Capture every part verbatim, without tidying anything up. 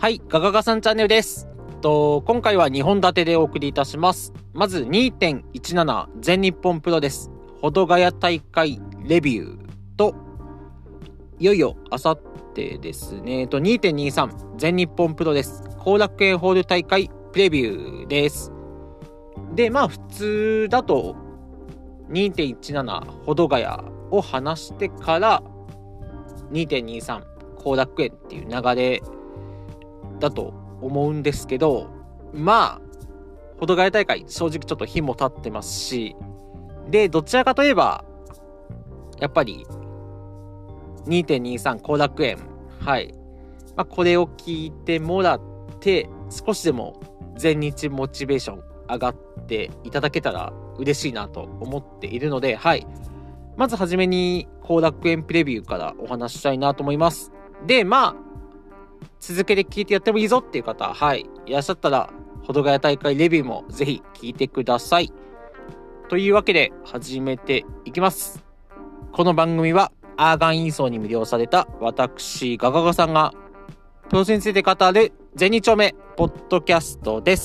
はい、ガガガさんチャンネルです。と今回はにほん立てでお送りいたします。まず にてんいちなな 全日本プロです。保土ヶ谷大会レビューと、いよいよあさってですね、と にてんにじゅうさん 全日本プロです。後楽園ホール大会プレビューです。で、まあ普通だと にてんいちなな 保土ヶ谷を話してから にてんにじゅうさん 後楽園っていう流れだと思うんですけど、まあ保土ヶ谷大会正直ちょっと日も経ってますし、でどちらかといえばやっぱり にてんにじゅうさん 後楽園、はい、まあ、これを聞いてもらって少しでも全日モチベーション上がっていただけたら嬉しいなと思っているので、はい、まずはじめに後楽園プレビューからお話ししたいなと思います。で、まあ続けて聞いてやってもいいぞっていう方、はい、いらっしゃったら保土ヶ谷大会レビューもぜひ聞いてください。というわけで始めていきます。この番組はアーガンインソーに魅了された私ガガガさんがプロについて語る全日丁目ポッドキャストです。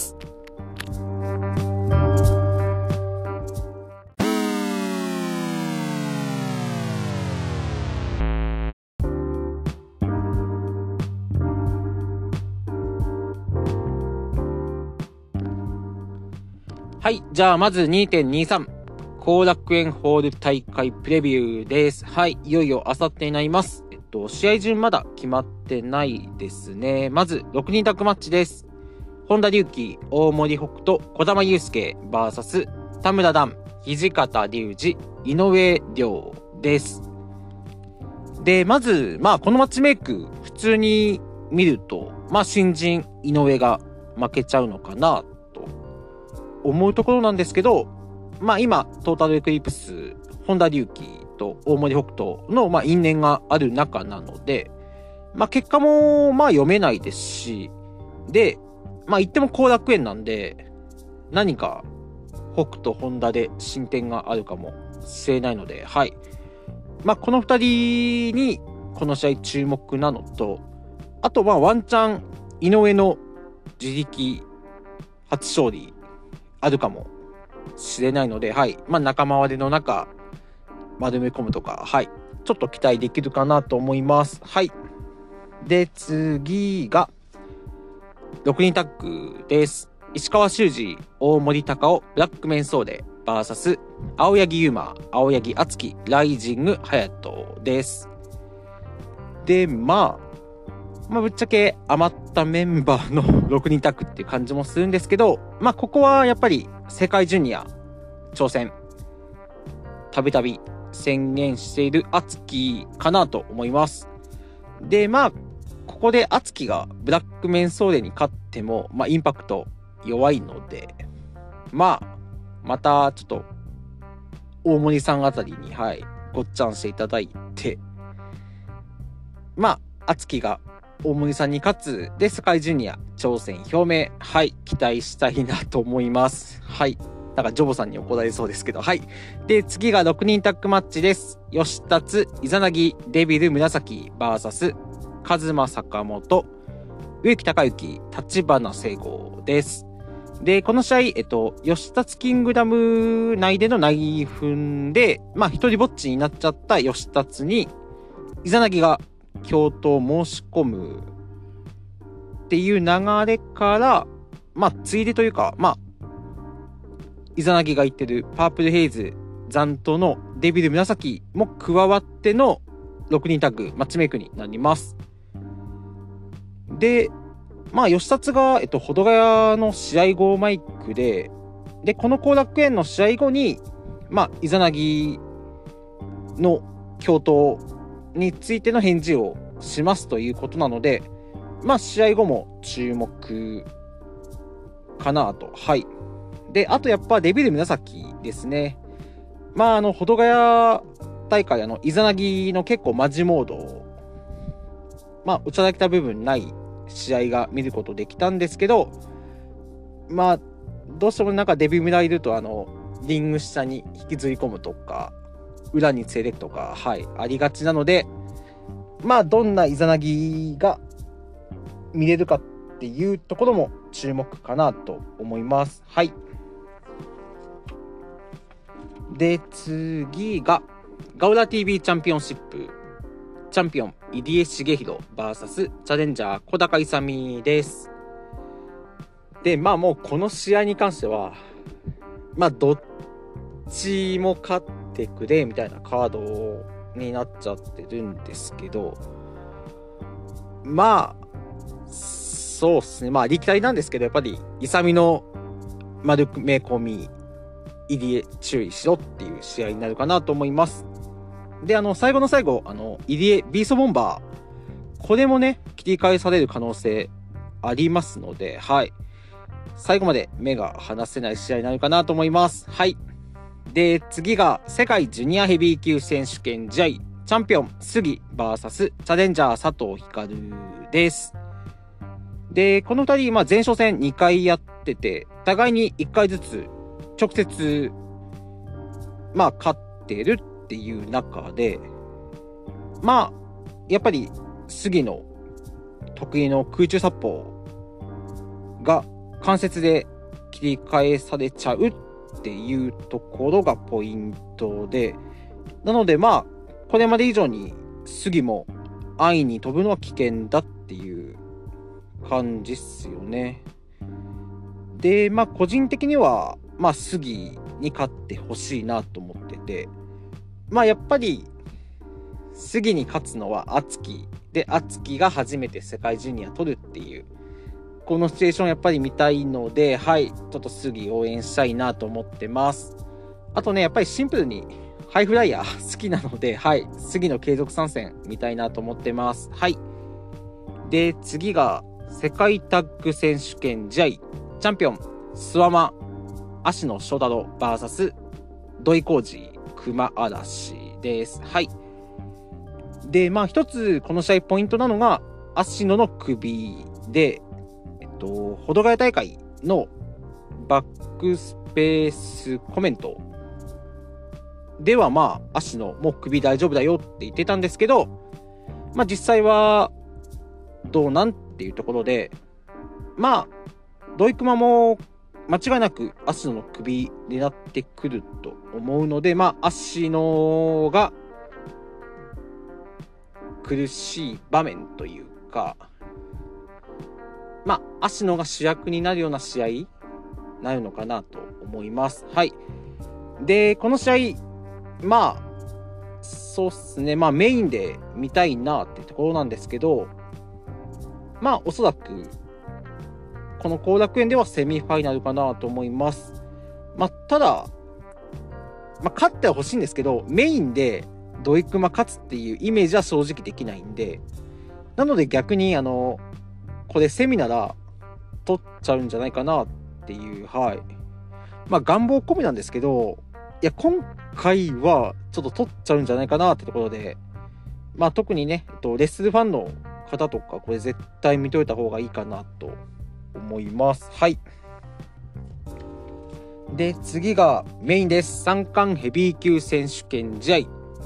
はい、じゃあまず にてんにじゅうさん 後楽園ホール大会プレビューです。はい、いよいよあさってになります。えっと試合順まだ決まってないですね。まずろくにんタッグマッチです。本田隆起、大森北斗、児玉悠介 ブイエス 田村段、土方隆二、井上涼です。で、まずまあこのマッチメイク普通に見ると、まあ新人井上が負けちゃうのかな思うところなんですけど、まあ今トータルエクリプス本田隆起と大森北斗のまあ因縁がある中なので、まあ結果もまあ読めないですし、でまあ言っても後楽園なんで何か北斗本田で進展があるかもしれないので、はい、まあこのふたりにこの試合注目なのと、あとまあワンチャン井上の自力初勝利あるかもしれないので、はい、まあ仲間割れの中丸め込むとか、はい、ちょっと期待できるかなと思います。はい。で次がろくにんタッグです。石川修司、大森隆夫、ブラックメンソーレ ブイエス 青柳優馬、青柳敦樹、ライジング隼人です。でまあまあぶっちゃけ余ったメンバーのろくにんタッグっていう感じもするんですけど、まあここはやっぱり世界ジュニア挑戦たびたび宣言している敦樹かなと思います。でまあここで敦樹がブラックメンソーレに勝ってもまあインパクト弱いので、まあまたちょっと大森さんあたりに、はい、ごっちゃんしていただいて、まあ敦樹が大森さんに勝つで世界ジュニア挑戦表明、はい、期待したいなと思います。はい、なんかジョボさんに怒られそうですけど、はい。で次がろくにんタッグマッチです。吉達、イザナギ、デビル紫 ブイエス カズマ坂本、植木隆之、立花聖吾です。でこの試合、えっと吉達キングダム内での内紛でまあ一人ぼっちになっちゃった吉達にイザナギが共闘を申し込むっていう流れから、まあついでというか、まあイザナギが言ってるパープルヘイズ残党のデビル紫も加わってのろくにんタッグマッチメイクになります。でまあ吉達が、えっと、保土ヶ谷の試合後マイクででこの後楽園の試合後にまあイザナギの共闘についての返事をしますということなので、まあ試合後も注目かなと。はい。であとやっぱデビル紫ですね。まああの保土ヶ谷大会あのイザナギの結構マジモードをまあ打ち砕けた部分ない試合が見ることできたんですけど、まあどうしてもなんかデビ村いるとあのリング下に引きずり込むとか裏に連れてくとか、はい、ありがちなので、まあどんなイザナギが見れるかっていうところも注目かなと思います。はい。で、次がガオラ ティービー チャンピオンシップチャンピオン入江茂弘 ブイエス チャレンジャー小高勇です。で、まあもうこの試合に関してはまあどっちも勝ってくれみたいなカードになっちゃってるんですけど、まあそうっすね、まあ力体なんですけど、やっぱり勇の丸め込み入江注意しろっていう試合になるかなと思います。で、あの最後の最後、あの入江ビーストボンバー、これもね切り返される可能性ありますので、はい、最後まで目が離せない試合になるかなと思います。はい。で、次が世界ジュニアヘビー級選手権試合、チャンピオン杉 ブイエス チャレンジャー佐藤光です。で、このふたり、まあ、前哨戦にかいやってて、互いにいっかいずつ直接まあ勝ってるっていう中で、まあやっぱり杉の得意の空中殺法が関節で切り返されちゃうっていうところがポイントで、なのでまあこれまで以上に杉も安易に飛ぶのは危険だっていう感じっすよね。で、まあ個人的にはまあ杉に勝ってほしいなと思ってて、まあやっぱり杉に勝つのは敦貴で、敦貴が初めて世界ジュニア取るっていうこのシチュエーションやっぱり見たいので、はい、ちょっと杉応援したいなと思ってます。あとね、やっぱりシンプルにハイフライヤー好きなので、はい、杉の継続参戦見たいなと思ってます。はい。で、次が世界タッグ選手権試合、チャンピオンスワマ芦野翔太郎 ブイエス 土井浩二熊嵐です。はい。で、まあ一つこの試合ポイントなのが芦野の首で、えっと保土ヶ谷大会のバックスペースコメントではまあ芦野も首大丈夫だよって言ってたんですけど、まあ実際はどうなんっていうところで、まあ土井熊も間違いなく芦野の首になってくると思うので、まあ芦野が苦しい場面というか、まあ芦野が主役になるような試合になるのかなと思います。はい。で、この試合まあそうっすね、まあメインで見たいなってところなんですけど、まあおそらくこの後楽園ではセミファイナルかなと思います。まあただ、まあ、勝ってはほしいんですけど、メインで土井熊勝つっていうイメージは正直できないんで、なので逆にあのこれセミなら取っちゃうんじゃないかなっていう、はい、まあ願望込みなんですけど、いや今回はちょっと取っちゃうんじゃないかなってところで、まあ特にね、えっと、レッスルファンの方とかこれ絶対見といた方がいいかなと思います。はい。で、次がメインです。三冠ヘビー級選手権試合、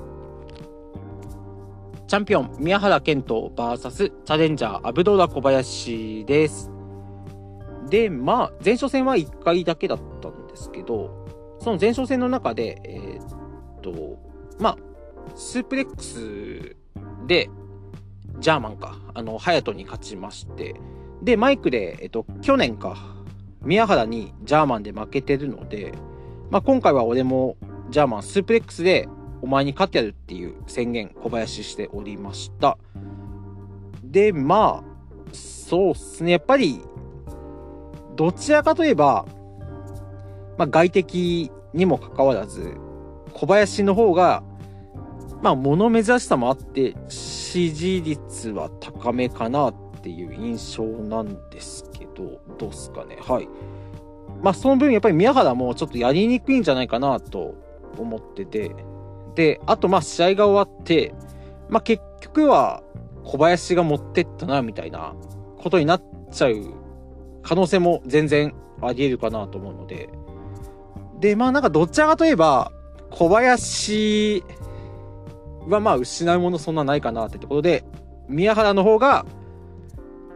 チャンピオン宮原健人 ブイエス チャレンジャーアブドラ小林です。で、まあ前哨戦はいっかいだけだったんですけど、その前哨戦の中でえー、っとまあスープレックスでジャーマンかあの隼人に勝ちまして、でマイクでえっと去年か宮原にジャーマンで負けてるので、まあ今回は俺もジャーマンスープレックスでお前に勝ってやるっていう宣言小林しておりました。で、まあそうっすね、やっぱりどちらかといえば、まあ、外敵にもかかわらず小林の方がまあ物珍しさもあって支持率は高めかなっていう印象なんですけど、どうっすかね。はい。まあその分やっぱり宮原もちょっとやりにくいんじゃないかなと思ってて、であとまあ試合が終わってまあ結局は小林が持ってったなみたいなことになっちゃう可能性も全然ありえるかなと思うので、でまあなんかどちらかといえば小林はまあ失うものそんなないかなってところで、宮原の方が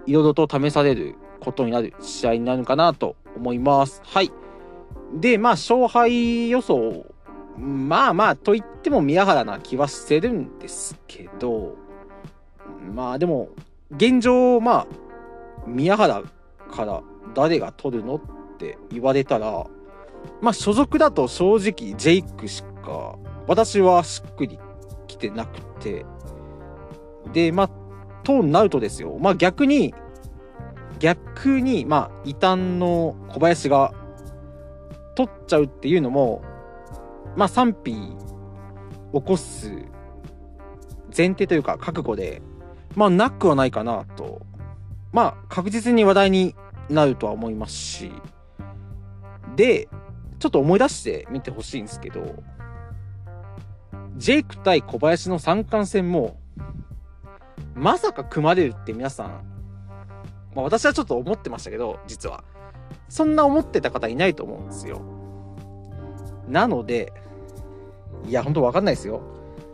いろいろと試されることになる試合になるかなと思います。はい。で、まあ、勝敗予想、まあまあ、と言っても宮原な気はしてるんですけど、まあでも、現状、まあ、宮原から誰が取るのって言われたら、まあ所属だと正直ジェイクしか私はしっくりきてなくて、でまあとなるとですよ、まあ逆に逆にまあ異端の小林が取っちゃうっていうのもまあ賛否起こす前提というか覚悟でまあなくはないかなと、まあ確実に話題になるとは思いますし、でちょっと思い出してみてほしいんですけど、ジェイク対小林の三冠戦もまさか組まれるって皆さん、まあ、私はちょっと思ってましたけど、実はそんな思ってた方いないと思うんですよ。なのでいや本当わかんないですよ。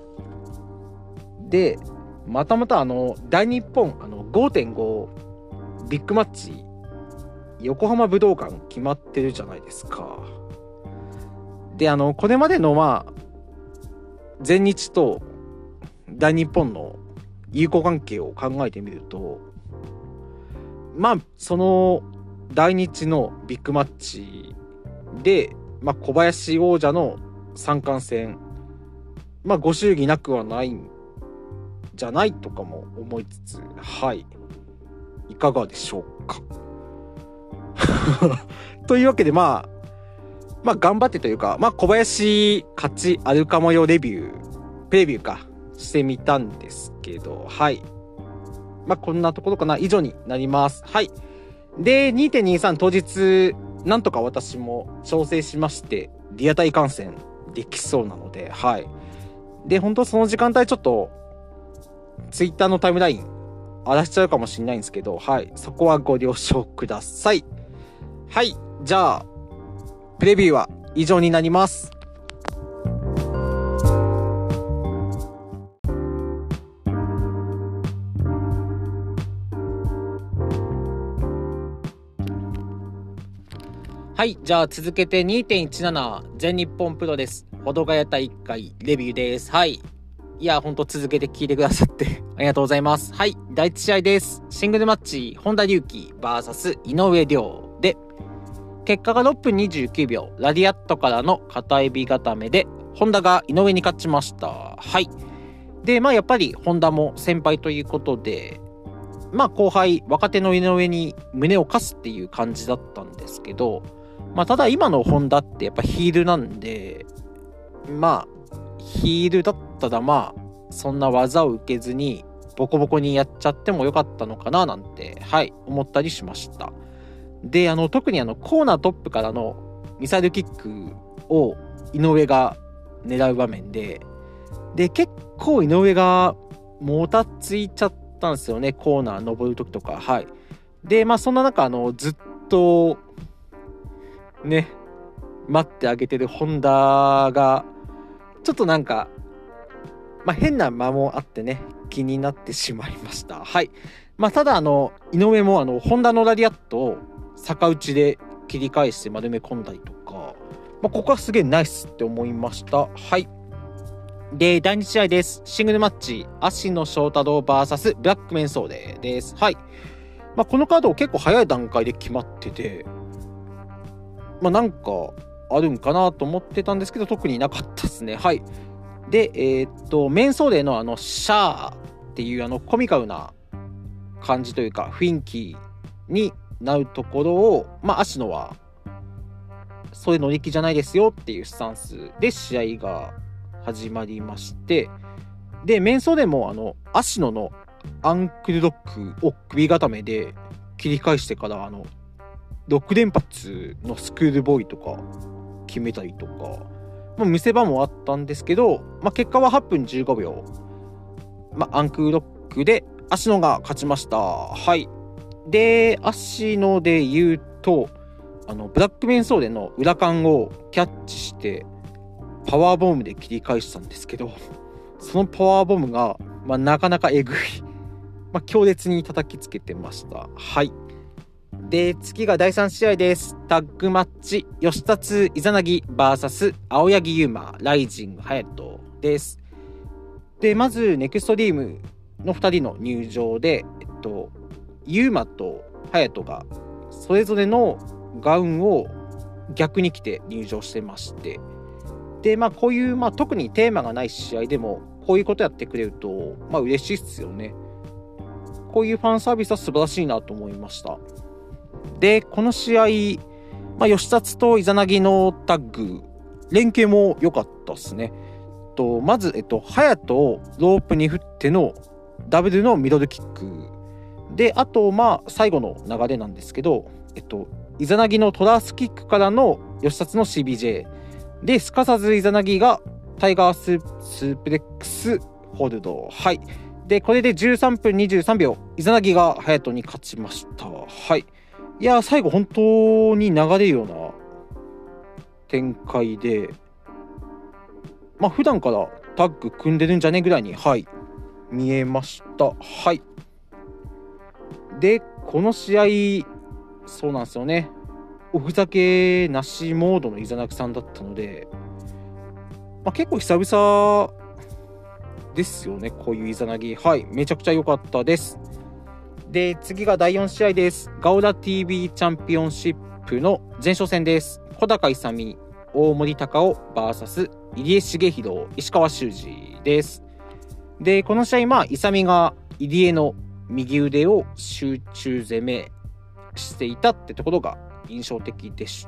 でまたまたあの大日本あの ごてんご ビッグマッチ横浜武道館決まってるじゃないですか。であのこれまでのまあ全日と大日本の友好関係を考えてみると、まあその大日のビッグマッチで、まあ、小林王者の三冠戦、まあご祝儀なくはないんじゃないとかも思いつつ、はいいかがでしょうかというわけでまあまあ頑張ってというか、まあ小林勝ちあるかもよレビュー、プレビューかしてみたんですけど、はい。まあこんなところかな、以上になります。はい。で、にてんにじゅうさん 当日、なんとか私も調整しまして、リアタイ観戦できそうなので、はい。で、本当その時間帯ちょっと、ツイッターのタイムライン荒らしちゃうかもしれないんですけど、はい。そこはご了承ください。はい。じゃあ、プレビューは以上になります。はい、じゃあ続けて にてんいちなな 全日本プロです。保土ヶ谷大会レビューです。はい。いや、ほんと続けて聞いてくださってありがとうございます。はい、だいいち試合です。シングルマッチ、本田隆起 ブイエス 井上涼で、結果がろっぷんにじゅうきゅうびょう、ラディアットからの片エビ固めで、本田が井上に勝ちました。はい。で、まあやっぱり本田も先輩ということで、まあ後輩、若手の井上に胸を貸すっていう感じだったんですけど、まあただ今の本田ってやっぱヒールなんで、まあヒールだったらまあそんな技を受けずにボコボコにやっちゃってもよかったのかななんて、はい思ったりしました。で、あの特にあのコーナートップからのミサイルキックを井上が狙う場面で、で結構井上がもたついちゃったんですよね、コーナー登る時とか。はい。でまあそんな中あのずっとね待ってあげてる本田がちょっとなんかまあ変な間もあってね気になってしまいました。はい。まあただあの井上もあの本田のラリアットを逆打ちで切り返して丸め込んだりとか、まあここはすげえナイスって思いました。はい。でだいに試合です。シングルマッチ、芦野翔太郎 ブイエス ブラックメンソーレです。はい。まあこのカード結構早い段階で決まってて、まあなんかあるんかなと思ってたんですけど特になかったですね。はい。でえー、っとメンソーレのあのシャーっていうあのコミカルな感じというか雰囲気になるところをまあ芦野はそういう乗り気じゃないですよっていうスタンスで試合が始まりまして、でメンソーレもあの芦野のアンクルロックを首固めで切り返してからあのろく連発のスクールボーイとか決めたりとか、まあ、見せ場もあったんですけど、まあ、結果ははっぷんじゅうごびょう、まあ、アンクルロックで芦野が勝ちました。はい。で芦野で言うとあのブラックメンソーレの裏感をキャッチしてパワーボムで切り返したんですけど、そのパワーボムが、まあ、なかなかえぐいまあ、強烈に叩きつけてました。はい。で、次がだいさん試合です。タッグマッチ、吉達イザナギ ブイエス 青柳優馬、ライジング隼人です。で、まず、ネクストリームのふたりの入場で、えっと、優馬と隼人が、それぞれのガウンを逆に着て入場してまして、で、まあ、こういう、まあ、特にテーマがない試合でも、こういうことやってくれると、まあ、嬉しいっすよね。こういうファンサービスは素晴らしいなと思いました。で、この試合、まあ、吉達とイザナギのタッグ、連携も良かったですね。とまず、えっと、隼人をロープに振ってのダブルのミドルキック。で、あと、まあ、最後の流れなんですけど、えっと、イザナギのトラースキックからの吉達の シービージェー。で、すかさずイザナギがタイガーススープレックスホールド。はい。で、これでじゅうさんぷんにじゅうさんびょう、イザナギが隼人に勝ちました。はい。いや、最後本当に流れるような展開で、まあ普段からタッグ組んでるんじゃねぐらいに、はい、見えました。はい。で、この試合、そうなんですよね。おふざけなしモードのイザナギさんだったので、まあ、結構久々ですよね、こういうイザナギ。はい、めちゃくちゃ良かったです。で、次がだいよん試合です。ガオラ ティービー チャンピオンシップの前哨戦です。小高勇、大森隆夫 ブイエス 入江茂弘、石川修司です。で、この試合、まあ、勇が入江の右腕を集中攻めしていたってところが印象的でした。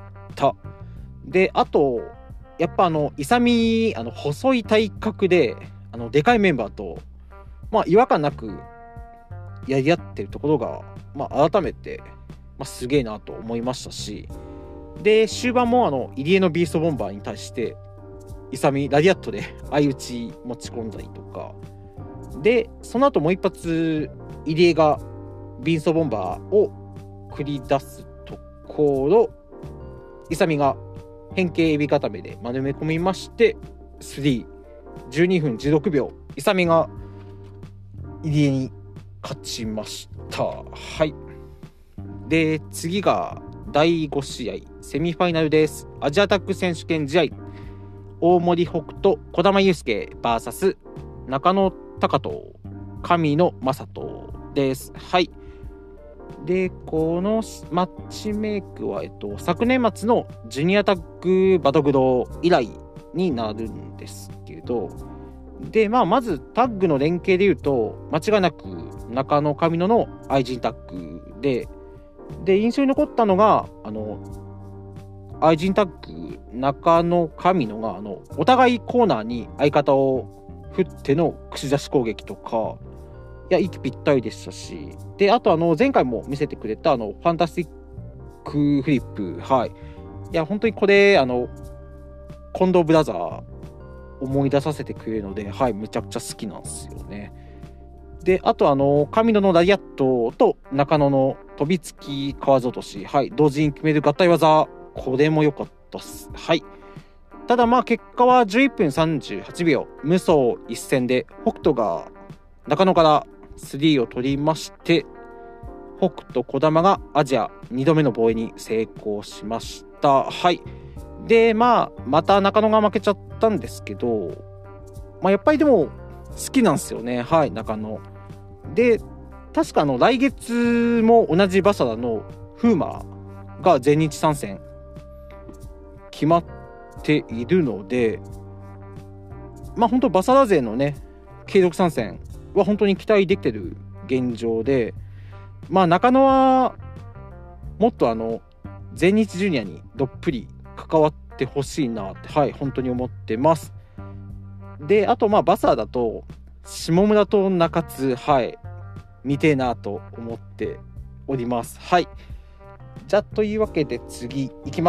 で、あと、やっぱあの、勇、あの、細い体格で、あの、でかいメンバーと、まあ、違和感なくやり合ってるところが、まあ、改めて、まあ、すげえなと思いましたし、で、終盤もあの、入江のビーストボンバーに対して、勇ラリアットで相打ち持ち込んだりとか、で、その後もう一発、入江がビーストボンバーを繰り出すところ、勇が変形エビ固めで丸め込みまして、スリー、じゅうにふんじゅうろくびょう、勇が入江に勝ちました。はい。で、次がだいご試合、セミファイナルです。アジアタック選手権試合、大森北斗、児玉悠介 ブイエス 中野貴人、神野正人です。はい。で、このマッチメイクは、えっと、昨年末のジュニアタッグバトグロ以来になるんですけど、で、まあ、まずタッグの連携でいうと、間違いなく中野神野の愛人タッグで、で、印象に残ったのが、あの、愛人タッグ、中野神野が、あの、お互いコーナーに相方を振っての串刺し攻撃とか、いや、息ぴったりでしたし、で、あと、あの、前回も見せてくれた、あの、ファンタスティックフリップ、はい。いや、本当にこれ、あの、近藤ブラザー、思い出させてくれるので、はい、めちゃくちゃ好きなんですよね。で、あと、あの、神野のラリアットと中野の飛びつき川落とし、はい、同時に決める合体技、これも良かったっす。はい。ただ、まあ、結果はじゅういっぷんさんじゅうはちびょう、無双一戦で、北斗が中野からスリーを取りまして、北斗児玉がアジアにどめの防衛に成功しました。はい。で、まあ、また中野が負けちゃったんですけど、まあ、やっぱりでも、好きなんですよね。はい、中野。で、確かあの、来月も同じバサラのフーマーが全日参戦決まっているので、まあ本当バサラ勢のね、継続参戦は本当に期待できてる現状で、まあ中野はもっとあの、全日ジュニアにどっぷり関わってほしいなって、はい、本当に思ってます。で、あとまあバサーだと下村と中津、はい、見てえなと思っております。はい。じゃあというわけで次いきます。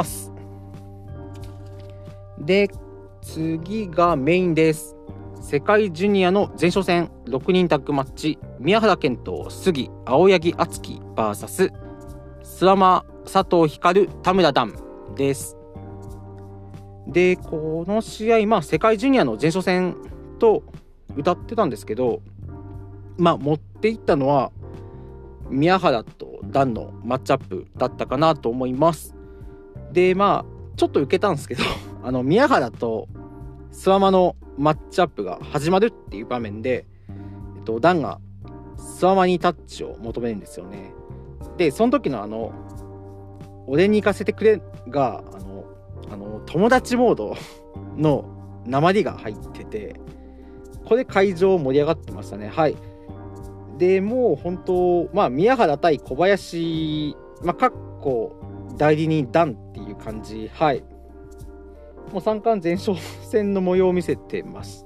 で、次がメインです。世界ジュニアの前哨戦ろくにんタッグマッチ、宮原健人、杉、青柳敦樹 ブイエス スワマ、佐藤光、田村段です。で、この試合、まあ世界ジュニアの前哨戦と歌ってたんですけど、まあっていったのは宮原とダンのマッチアップだったかなと思います。でまあちょっと受けたんですけどあの宮原とスワマのマッチアップが始まるっていう場面で、えっと、ダンがスワマにタッチを求めるんですよね。でその時のあの俺に行かせてくれがあのあの友達モードの訛りが入ってて、これ会場盛り上がってましたね。はい。でもう本当まあ宮原対小林、まあかっこ代理人ダンっていう感じ。はい。もう三冠前哨戦の模様を見せてました。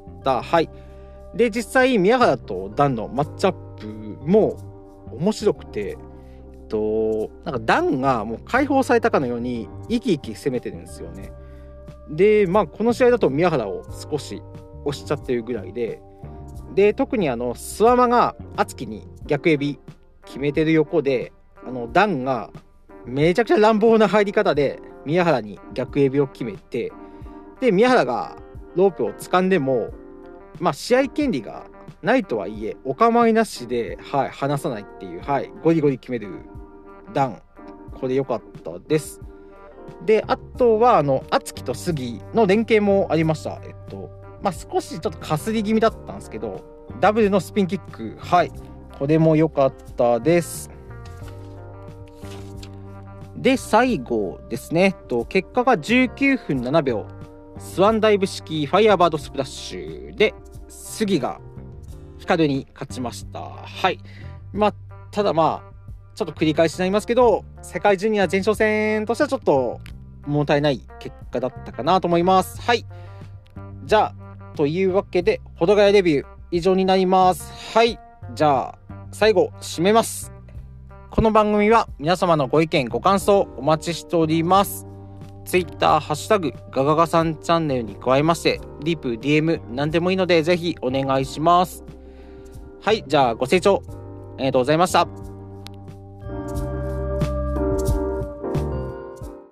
はい。で実際宮原とダンのマッチアップも面白くて、えっとなんかダンがもう解放されたかのように生き生き攻めてるんですよね。でまあこの試合だと宮原を少し押しちゃってるぐらいで、で特にあのスワマが敦貴に逆エビ決めてる横で、あのダンがめちゃくちゃ乱暴な入り方で宮原に逆エビを決めて、で宮原がロープを掴んでもまあ試合権利がないとはいえお構いなしで、はい、離さないっていう、はい、ゴリゴリ決めるダン、これ良かったです。であとはあの敦貴と杉の連携もありました。えっとまあ少しちょっとかすり気味だったんですけど、ダブルのスピンキック、はい、これも良かったです。で最後ですね、と結果がじゅうきゅうふんななびょう、スワンダイブ式ファイヤーバードスプラッシュで杉が光に勝ちました。はい。まあただまあちょっと繰り返しになりますけど、世界ジュニア前哨戦としてはちょっと物足りない結果だったかなと思います。はい。じゃあというわけでほどがやレビュー以上になります。はい。じゃあ最後締めます。この番組は皆様のご意見ご感想お待ちしております。Twitter ハッシュタグガガガさんチャンネルに加えましてリプ ディーエム 何でもいいのでぜひお願いします。はい。じゃあご清聴ありがとうございました。